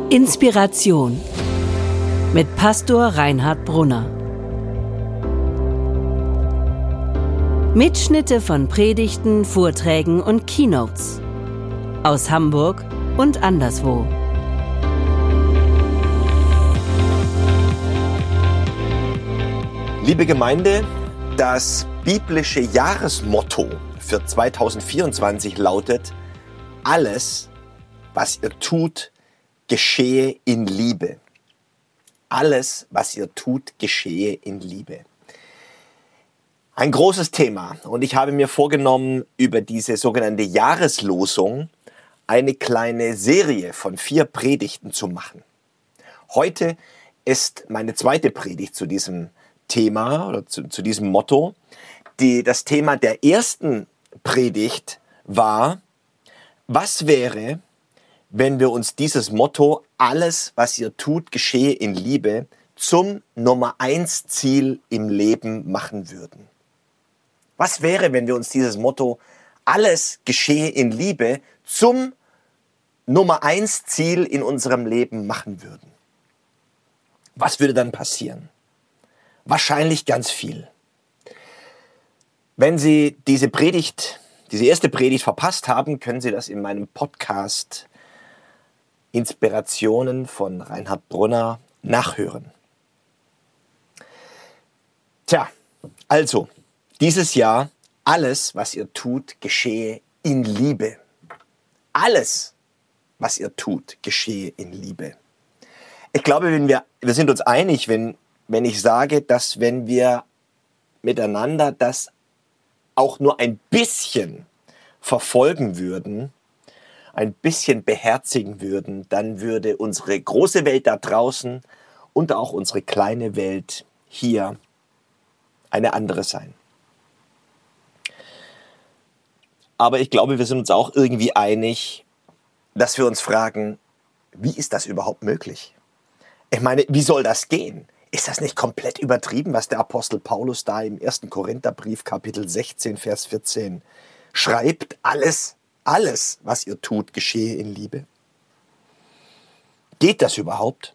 Inspiration mit Pastor Reinhard Brunner. Mitschnitte von Predigten, Vorträgen und Keynotes aus Hamburg und anderswo. Liebe Gemeinde, das biblische Jahresmotto für 2024 lautet: Alles, was ihr tut, geschehe in Liebe. Alles, was ihr tut, geschehe in Liebe. Ein großes Thema, und ich habe mir vorgenommen, über diese sogenannte Jahreslosung eine kleine Serie von 4 Predigten zu machen. Heute ist meine zweite Predigt zu diesem Thema oder zu diesem Motto. Das Thema der ersten Predigt war: Was wäre, wenn wir uns dieses Motto, alles, was ihr tut, geschehe in Liebe, zum Nummer 1 Ziel im Leben machen würden? Was wäre, wenn wir uns dieses Motto, alles geschehe in Liebe, zum Nummer 1 Ziel in unserem Leben machen würden? Was würde dann passieren? Wahrscheinlich ganz viel. Wenn Sie diese erste Predigt verpasst haben, können Sie das in meinem Podcast Inspirationen von Reinhard Brunner nachhören. Tja, also, dieses Jahr, alles, was ihr tut, geschehe in Liebe. Alles, was ihr tut, geschehe in Liebe. Ich glaube, wir sind uns einig, wenn ich sage, dass wenn wir miteinander das auch nur ein bisschen verfolgen würden, ein bisschen beherzigen würden, dann würde unsere große Welt da draußen und auch unsere kleine Welt hier eine andere sein. Aber ich glaube, wir sind uns auch irgendwie einig, dass wir uns fragen, wie ist das überhaupt möglich? Ich meine, wie soll das gehen? Ist das nicht komplett übertrieben, was der Apostel Paulus da im 1. Korintherbrief, Kapitel 16, Vers 14 schreibt? Alles, was ihr tut, geschehe in Liebe. Geht das überhaupt?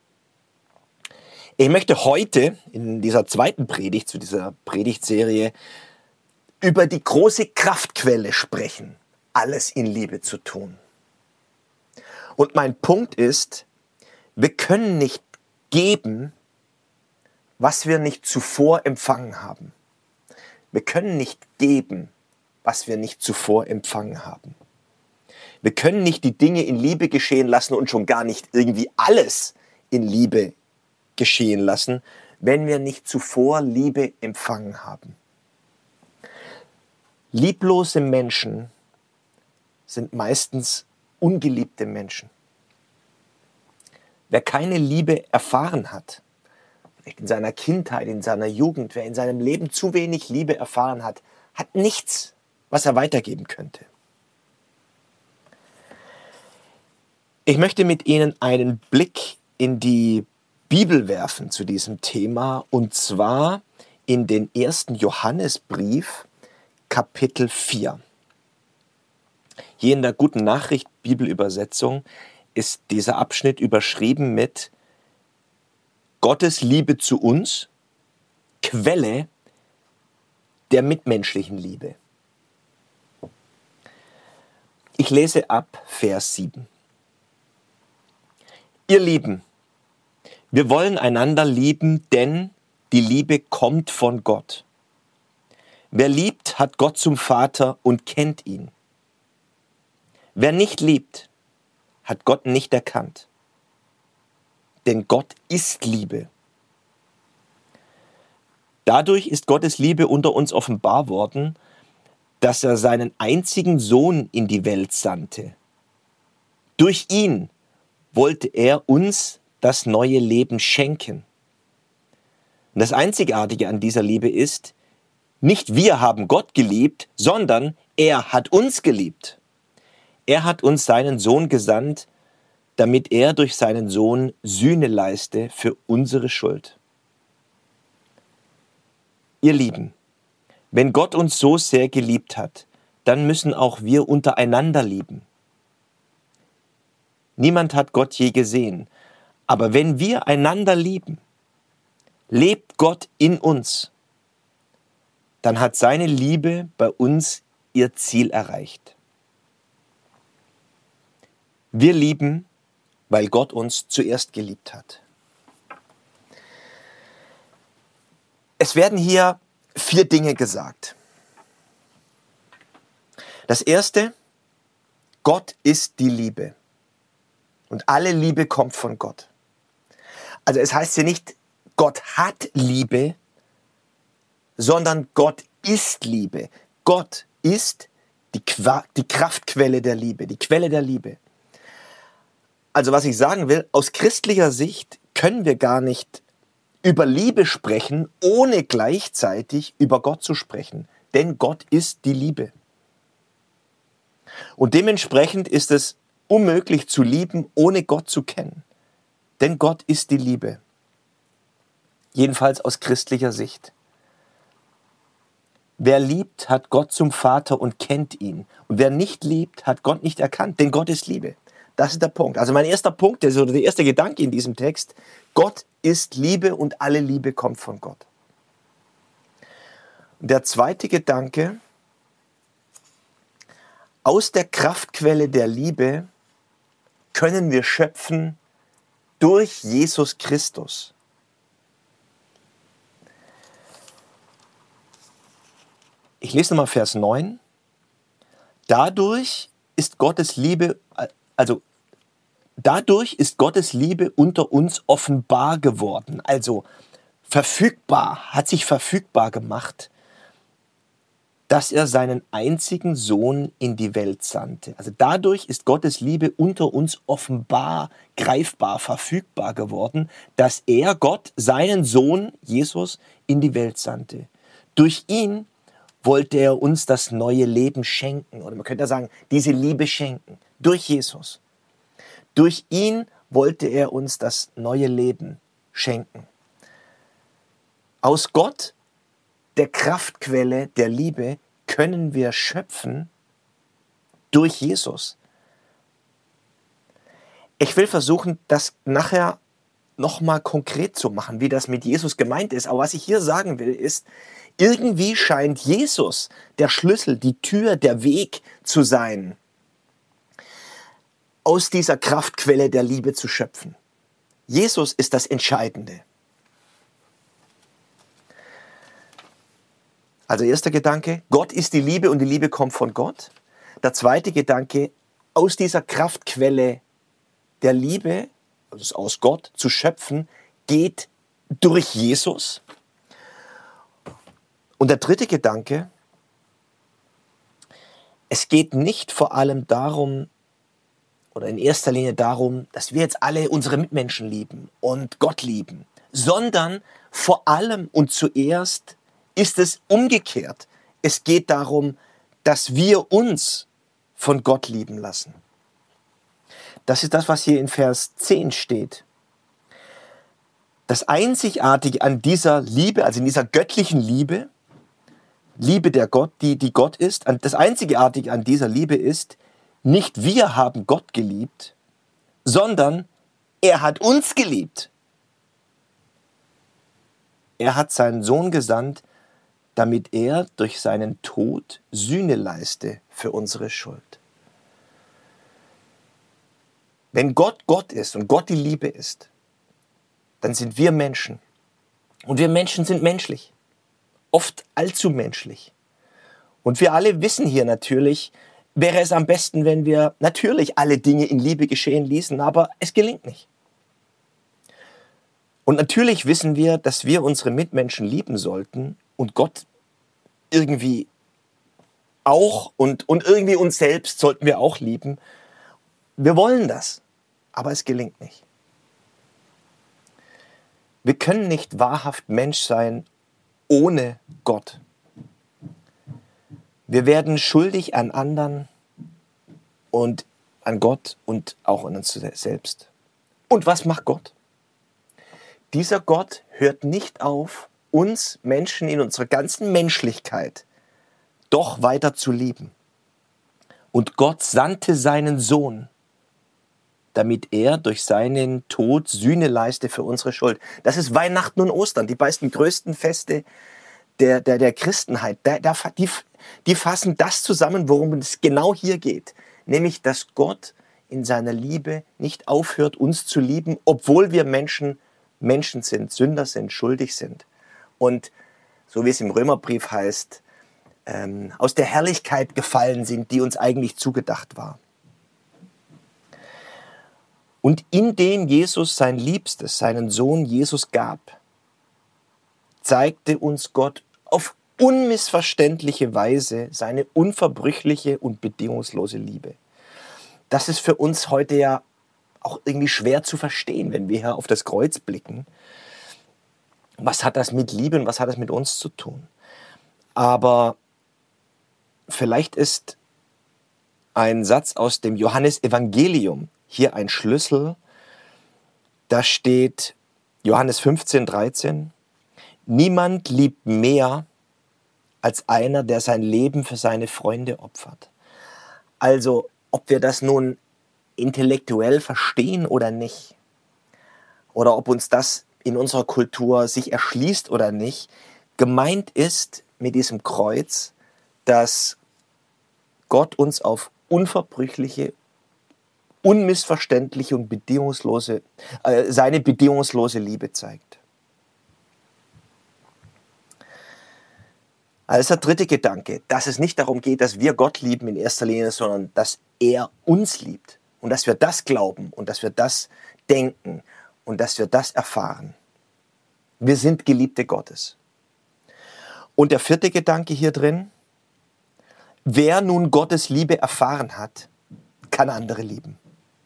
Ich möchte heute in dieser zweiten Predigt, zu dieser Predigtserie, über die große Kraftquelle sprechen, alles in Liebe zu tun. Und mein Punkt ist, wir können nicht geben, was wir nicht zuvor empfangen haben. Wir können nicht geben, was wir nicht zuvor empfangen haben. Wir können nicht die Dinge in Liebe geschehen lassen und schon gar nicht irgendwie alles in Liebe geschehen lassen, wenn wir nicht zuvor Liebe empfangen haben. Lieblose Menschen sind meistens ungeliebte Menschen. Wer keine Liebe erfahren hat, vielleicht in seiner Kindheit, in seiner Jugend, wer in seinem Leben zu wenig Liebe erfahren hat, hat nichts, was er weitergeben könnte. Ich möchte mit Ihnen einen Blick in die Bibel werfen zu diesem Thema, und zwar in den 1. Johannesbrief, Kapitel 4. Hier in der Guten Nachricht Bibelübersetzung ist dieser Abschnitt überschrieben mit Gottes Liebe zu uns, Quelle der mitmenschlichen Liebe. Ich lese ab Vers 7. Ihr Lieben, wir wollen einander lieben, denn die Liebe kommt von Gott. Wer liebt, hat Gott zum Vater und kennt ihn. Wer nicht liebt, hat Gott nicht erkannt. Denn Gott ist Liebe. Dadurch ist Gottes Liebe unter uns offenbar worden, dass er seinen einzigen Sohn in die Welt sandte. Durch ihn wollte er uns das neue Leben schenken. Und das Einzigartige an dieser Liebe ist, nicht wir haben Gott geliebt, sondern er hat uns geliebt. Er hat uns seinen Sohn gesandt, damit er durch seinen Sohn Sühne leiste für unsere Schuld. Ihr Lieben, wenn Gott uns so sehr geliebt hat, dann müssen auch wir untereinander lieben. Niemand hat Gott je gesehen. Aber wenn wir einander lieben, lebt Gott in uns, dann hat seine Liebe bei uns ihr Ziel erreicht. Wir lieben, weil Gott uns zuerst geliebt hat. Es werden hier 4 Dinge gesagt. Das erste, Gott ist die Liebe. Und alle Liebe kommt von Gott. Also es heißt hier nicht, Gott hat Liebe, sondern Gott ist Liebe. Gott ist die Kraftquelle der Liebe, die Quelle der Liebe. Also was ich sagen will, aus christlicher Sicht können wir gar nicht über Liebe sprechen, ohne gleichzeitig über Gott zu sprechen. Denn Gott ist die Liebe. Und dementsprechend ist es unmöglich zu lieben, ohne Gott zu kennen. Denn Gott ist die Liebe. Jedenfalls aus christlicher Sicht. Wer liebt, hat Gott zum Vater und kennt ihn. Und wer nicht liebt, hat Gott nicht erkannt, denn Gott ist Liebe. Das ist der Punkt. Also mein erster Punkt, oder der erste Gedanke in diesem Text, Gott ist Liebe und alle Liebe kommt von Gott. Und der zweite Gedanke, aus der Kraftquelle der Liebe können wir schöpfen durch Jesus Christus. Ich lese nochmal Vers 9. Dadurch ist Gottes Liebe unter uns offenbar geworden. Also verfügbar, hat sich verfügbar gemacht, dass er seinen einzigen Sohn in die Welt sandte. Also dadurch ist Gottes Liebe unter uns offenbar, greifbar, verfügbar geworden, dass er, Gott, seinen Sohn Jesus in die Welt sandte. Durch ihn wollte er uns das neue Leben schenken. Oder man könnte ja sagen, diese Liebe schenken. Durch Jesus. Durch ihn wollte er uns das neue Leben schenken. Aus Gott, der Kraftquelle der Liebe, können wir schöpfen durch Jesus. Ich will versuchen, das nachher nochmal konkret zu machen, wie das mit Jesus gemeint ist. Aber was ich hier sagen will, ist, irgendwie scheint Jesus der Schlüssel, die Tür, der Weg zu sein, aus dieser Kraftquelle der Liebe zu schöpfen. Jesus ist das Entscheidende. Also erster Gedanke, Gott ist die Liebe und die Liebe kommt von Gott. Der zweite Gedanke, aus dieser Kraftquelle der Liebe, also aus Gott zu schöpfen, geht durch Jesus. Und der dritte Gedanke, es geht nicht vor allem darum, oder in erster Linie darum, dass wir jetzt alle unsere Mitmenschen lieben und Gott lieben, sondern vor allem und zuerst ist es umgekehrt. Es geht darum, dass wir uns von Gott lieben lassen. Das ist das, was hier in Vers 10 steht. Das Einzigartige an dieser Liebe, also in dieser göttlichen Liebe, Liebe der Gott, die Gott ist, das Einzigartige an dieser Liebe ist, nicht wir haben Gott geliebt, sondern er hat uns geliebt. Er hat seinen Sohn gesandt, damit er durch seinen Tod Sühne leiste für unsere Schuld. Wenn Gott Gott ist und Gott die Liebe ist, dann sind wir Menschen. Und wir Menschen sind menschlich. Oft allzu menschlich. Und wir alle wissen hier natürlich, wäre es am besten, wenn wir natürlich alle Dinge in Liebe geschehen ließen, aber es gelingt nicht. Und natürlich wissen wir, dass wir unsere Mitmenschen lieben sollten und Gott irgendwie auch und irgendwie uns selbst sollten wir auch lieben. Wir wollen das, aber es gelingt nicht. Wir können nicht wahrhaft Mensch sein ohne Gott. Wir werden schuldig an anderen und an Gott und auch an uns selbst. Und was macht Gott? Dieser Gott hört nicht auf, uns Menschen in unserer ganzen Menschlichkeit doch weiter zu lieben. Und Gott sandte seinen Sohn, damit er durch seinen Tod Sühne leiste für unsere Schuld. Das ist Weihnachten und Ostern, die beiden größten Feste der Christenheit. Die fassen das zusammen, worum es genau hier geht. Nämlich, dass Gott in seiner Liebe nicht aufhört, uns zu lieben, obwohl wir Menschen sind, Sünder sind, schuldig sind. Und so wie es im Römerbrief heißt, aus der Herrlichkeit gefallen sind, die uns eigentlich zugedacht war. Und indem Jesus sein Liebstes, seinen Sohn Jesus gab, zeigte uns Gott auf unmissverständliche Weise seine unverbrüchliche und bedingungslose Liebe. Das ist für uns heute ja auch irgendwie schwer zu verstehen, wenn wir hier auf das Kreuz blicken. Was hat das mit Liebe und was hat das mit uns zu tun? Aber vielleicht ist ein Satz aus dem Johannesevangelium hier ein Schlüssel. Da steht Johannes 15,13: Niemand liebt mehr als einer, der sein Leben für seine Freunde opfert. Also, ob wir das nun intellektuell verstehen oder nicht, oder ob uns das in unserer Kultur sich erschließt oder nicht, gemeint ist mit diesem Kreuz, dass Gott uns auf unverbrüchliche, unmissverständliche und seine bedingungslose Liebe zeigt. Also der dritte Gedanke, dass es nicht darum geht, dass wir Gott lieben in erster Linie, sondern dass er uns liebt und dass wir das glauben und dass wir das denken und dass wir das erfahren. Wir sind Geliebte Gottes. Und der vierte Gedanke hier drin: Wer nun Gottes Liebe erfahren hat, kann andere lieben.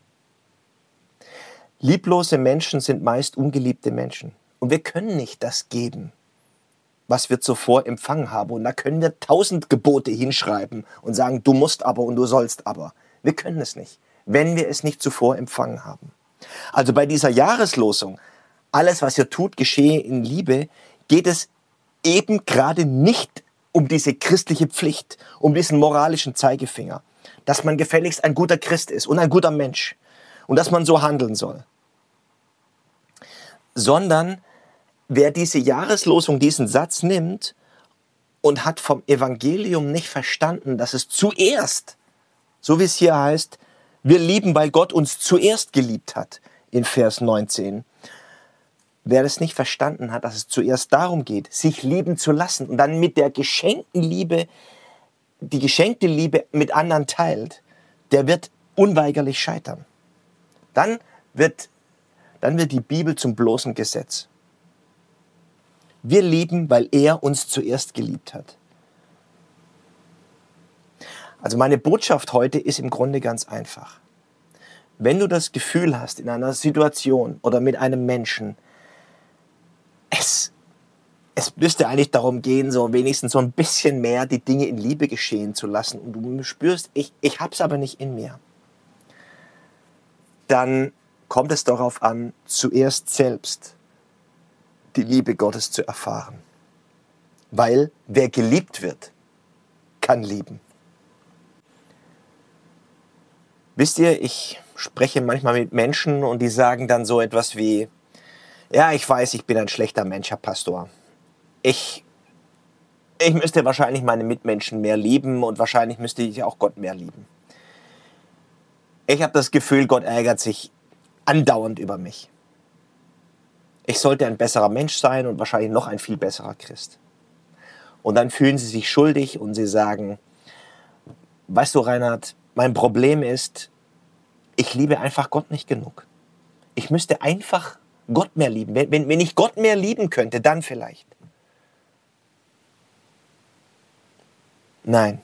Lieblose Menschen sind meist ungeliebte Menschen. Und wir können nicht das geben, was wir zuvor empfangen haben. Und da können wir 1000 Gebote hinschreiben und sagen, du musst aber und du sollst aber. Wir können es nicht, wenn wir es nicht zuvor empfangen haben. Also bei dieser Jahreslosung, alles was ihr tut, geschehe in Liebe, geht es eben gerade nicht um diese christliche Pflicht, um diesen moralischen Zeigefinger, dass man gefälligst ein guter Christ ist und ein guter Mensch und dass man so handeln soll. Sondern wer diese Jahreslosung, diesen Satz nimmt und hat vom Evangelium nicht verstanden, dass es zuerst, so wie es hier heißt, wir lieben, weil Gott uns zuerst geliebt hat, in Vers 19. Wer das nicht verstanden hat, dass es zuerst darum geht, sich lieben zu lassen und dann mit der geschenkten Liebe, die geschenkte Liebe mit anderen teilt, der wird unweigerlich scheitern. Dann wird die Bibel zum bloßen Gesetz. Wir lieben, weil er uns zuerst geliebt hat. Also meine Botschaft heute ist im Grunde ganz einfach. Wenn du das Gefühl hast, in einer Situation oder mit einem Menschen, es müsste eigentlich darum gehen, so wenigstens so ein bisschen mehr die Dinge in Liebe geschehen zu lassen und du spürst, ich hab's aber nicht in mir, dann kommt es darauf an, zuerst selbst die Liebe Gottes zu erfahren. Weil wer geliebt wird, kann lieben. Wisst ihr, ich spreche manchmal mit Menschen und die sagen dann so etwas wie, ja, ich weiß, ich bin ein schlechter Mensch, Herr Pastor. Ich müsste wahrscheinlich meine Mitmenschen mehr lieben und wahrscheinlich müsste ich auch Gott mehr lieben. Ich habe das Gefühl, Gott ärgert sich andauernd über mich. Ich sollte ein besserer Mensch sein und wahrscheinlich noch ein viel besserer Christ. Und dann fühlen sie sich schuldig und sie sagen, weißt du, Reinhard, mein Problem ist, ich liebe einfach Gott nicht genug. Ich müsste einfach Gott mehr lieben. Wenn ich Gott mehr lieben könnte, dann vielleicht. Nein,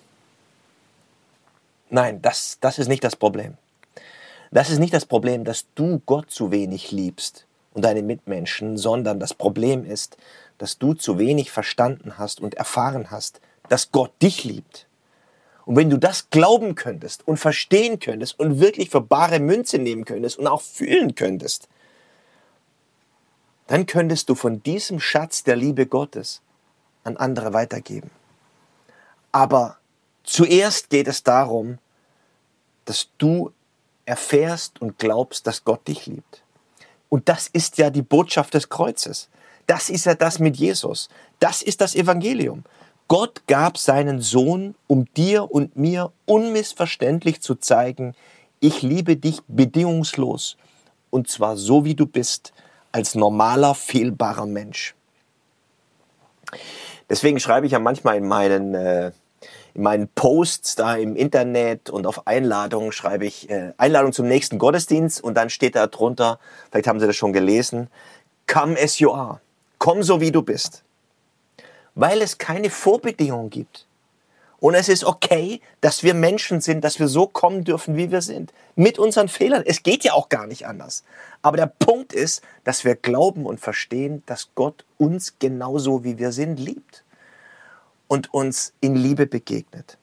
das ist nicht das Problem. Das ist nicht das Problem, dass du Gott zu wenig liebst und deine Mitmenschen, sondern das Problem ist, dass du zu wenig verstanden hast und erfahren hast, dass Gott dich liebt. Und wenn du das glauben könntest und verstehen könntest und wirklich für bare Münze nehmen könntest und auch fühlen könntest, dann könntest du von diesem Schatz der Liebe Gottes an andere weitergeben. Aber zuerst geht es darum, dass du erfährst und glaubst, dass Gott dich liebt. Und das ist ja die Botschaft des Kreuzes. Das ist ja das mit Jesus. Das ist das Evangelium. Gott gab seinen Sohn, um dir und mir unmissverständlich zu zeigen, ich liebe dich bedingungslos. Und zwar so, wie du bist, als normaler, fehlbarer Mensch. Deswegen schreibe ich ja manchmal in meinen Posts da im Internet und auf Einladungen schreibe ich Einladung zum nächsten Gottesdienst und dann steht da drunter, vielleicht haben Sie das schon gelesen, come as you are. Komm so wie du bist. Weil es keine Vorbedingungen gibt. Und es ist okay, dass wir Menschen sind, dass wir so kommen dürfen, wie wir sind. Mit unseren Fehlern. Es geht ja auch gar nicht anders. Aber der Punkt ist, dass wir glauben und verstehen, dass Gott uns genauso, wie wir sind, liebt. Und uns in Liebe begegnet.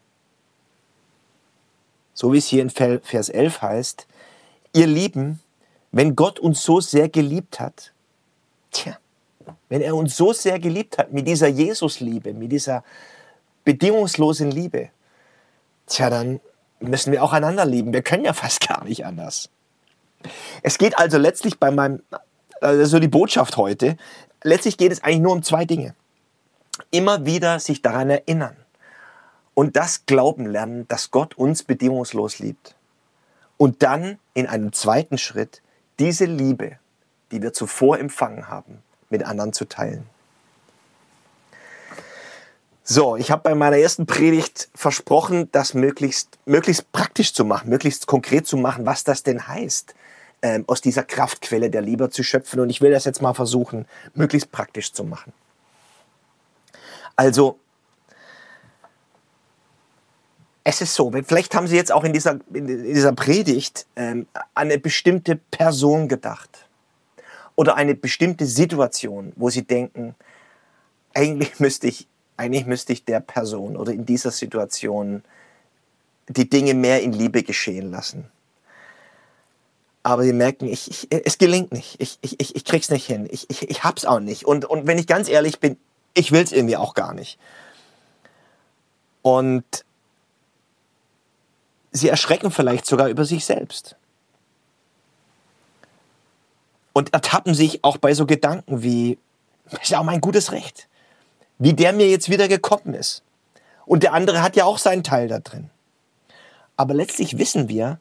So wie es hier in Vers 11 heißt, ihr Lieben, wenn Gott uns so sehr geliebt hat, wenn er uns so sehr geliebt hat, mit dieser Jesus-Liebe, mit dieser bedingungslosen Liebe, dann müssen wir auch einander lieben. Wir können ja fast gar nicht anders. Es geht also letztlich also die Botschaft heute, letztlich geht es eigentlich nur um zwei Dinge. Immer wieder sich daran erinnern und das glauben lernen, dass Gott uns bedingungslos liebt. Und dann in einem zweiten Schritt diese Liebe, die wir zuvor empfangen haben, mit anderen zu teilen. So, ich habe bei meiner ersten Predigt versprochen, das möglichst praktisch zu machen, möglichst konkret zu machen, was das denn heißt, aus dieser Kraftquelle der Liebe zu schöpfen. Und ich will das jetzt mal versuchen, möglichst praktisch zu machen. Also, es ist so, vielleicht haben Sie jetzt auch in dieser Predigt an eine bestimmte Person gedacht oder eine bestimmte Situation, wo Sie denken, eigentlich müsste ich der Person oder in dieser Situation die Dinge mehr in Liebe geschehen lassen. Aber Sie merken, es gelingt nicht, ich krieg's nicht hin, ich hab's auch nicht. Und wenn ich ganz ehrlich bin, ich will es irgendwie auch gar nicht. Und Sie erschrecken vielleicht sogar über sich selbst. Und ertappen sich auch bei so Gedanken wie, das ist ja auch mein gutes Recht, wie der mir jetzt wieder gekommen ist. Und der andere hat ja auch seinen Teil da drin. Aber letztlich wissen wir,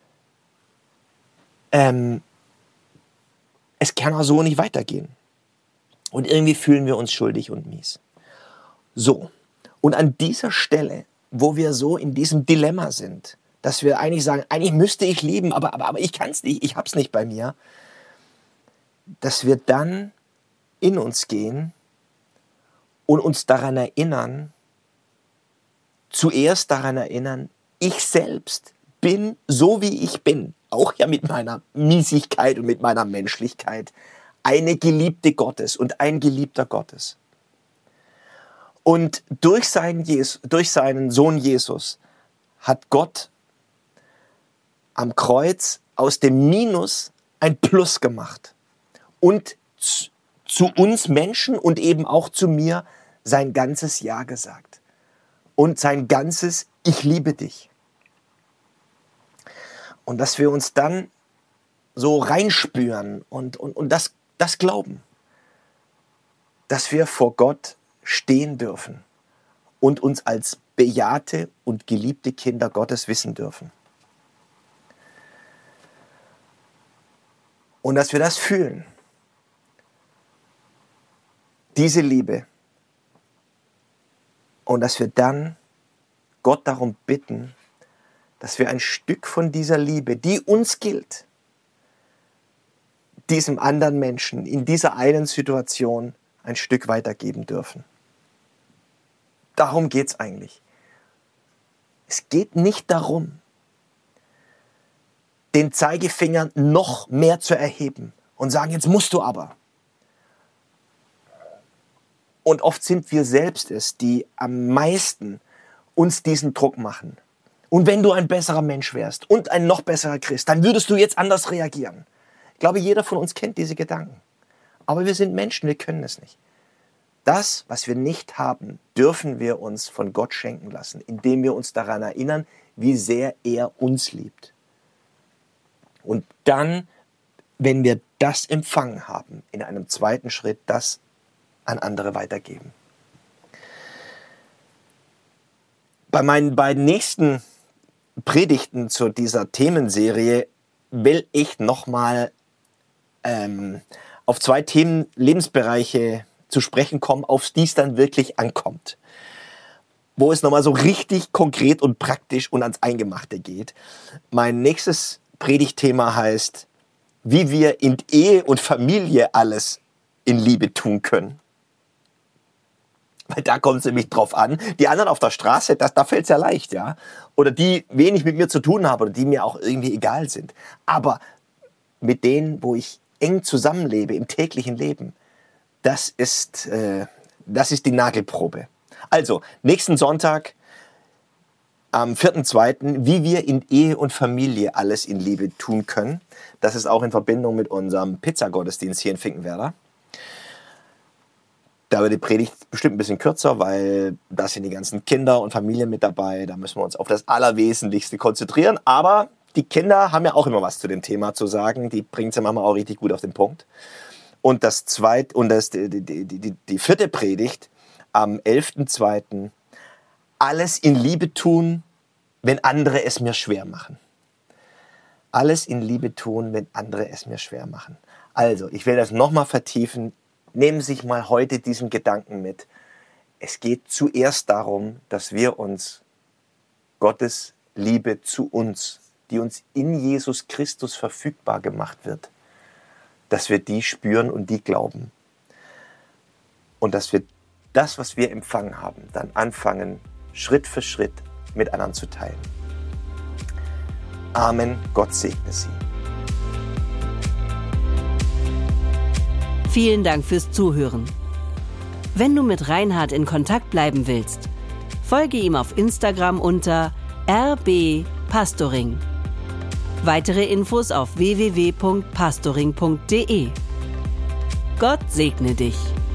es kann auch so nicht weitergehen. Und irgendwie fühlen wir uns schuldig und mies. So, und an dieser Stelle, wo wir so in diesem Dilemma sind, dass wir eigentlich sagen, eigentlich müsste ich lieben, aber ich kann es nicht, ich habe es nicht bei mir, dass wir dann in uns gehen und uns daran erinnern, zuerst daran erinnern, ich selbst bin so, wie ich bin, auch ja mit meiner Miesigkeit und mit meiner Menschlichkeit, eine Geliebte Gottes und ein Geliebter Gottes. Und durch seinen Sohn Jesus hat Gott am Kreuz aus dem Minus ein Plus gemacht und zu uns Menschen und eben auch zu mir sein ganzes Ja gesagt und sein ganzes Ich liebe dich. Und dass wir uns dann so reinspüren und das glauben, dass wir vor Gott stehen dürfen und uns als bejahte und geliebte Kinder Gottes wissen dürfen. Und dass wir das fühlen. Diese Liebe. Und dass wir dann Gott darum bitten, dass wir ein Stück von dieser Liebe, die uns gilt, diesem anderen Menschen in dieser einen Situation ein Stück weitergeben dürfen. Darum geht es eigentlich. Es geht nicht darum, den Zeigefinger noch mehr zu erheben und sagen, jetzt musst du aber. Und oft sind wir selbst es, die am meisten uns diesen Druck machen. Und wenn du ein besserer Mensch wärst und ein noch besserer Christ, dann würdest du jetzt anders reagieren. Ich glaube, jeder von uns kennt diese Gedanken. Aber wir sind Menschen, wir können es nicht. Das, was wir nicht haben, dürfen wir uns von Gott schenken lassen, indem wir uns daran erinnern, wie sehr er uns liebt. Und dann, wenn wir das empfangen haben, in einem zweiten Schritt das an andere weitergeben. Bei meinen beiden nächsten Predigten zu dieser Themenserie will ich nochmal auf 2 Themen, Lebensbereiche zu sprechen kommen, auf die es dann wirklich ankommt. Wo es nochmal so richtig konkret und praktisch und ans Eingemachte geht. Mein nächstes Predigtthema heißt, wie wir in Ehe und Familie alles in Liebe tun können. Weil da kommt es nämlich drauf an. Die anderen auf der Straße, da fällt es ja leicht, ja. Oder die wenig mit mir zu tun haben oder die mir auch irgendwie egal sind. Aber mit denen, wo ich eng zusammenlebe im täglichen Leben, das ist die Nagelprobe. Also, nächsten Sonntag, am 4.2., wie wir in Ehe und Familie alles in Liebe tun können. Das ist auch in Verbindung mit unserem Pizzagottesdienst hier in Finkenwerder. Da wird die Predigt bestimmt ein bisschen kürzer, weil da sind die ganzen Kinder und Familien mit dabei. Da müssen wir uns auf das Allerwesentlichste konzentrieren. Aber die Kinder haben ja auch immer was zu dem Thema zu sagen. Die bringen es ja manchmal auch richtig gut auf den Punkt. Und die 4. Predigt am 11.2. Alles in Liebe tun, wenn andere es mir schwer machen. Alles in Liebe tun, wenn andere es mir schwer machen. Also, ich will das nochmal vertiefen. Nehmen Sie sich mal heute diesen Gedanken mit. Es geht zuerst darum, dass wir uns Gottes Liebe zu uns, die uns in Jesus Christus verfügbar gemacht wird, dass wir die spüren und die glauben. Und dass wir das, was wir empfangen haben, dann anfangen, Schritt für Schritt mit anderen zu teilen. Amen. Gott segne Sie. Vielen Dank fürs Zuhören. Wenn du mit Reinhard in Kontakt bleiben willst, folge ihm auf Instagram unter rbpastoring. Weitere Infos auf www.pastoring.de. Gott segne dich.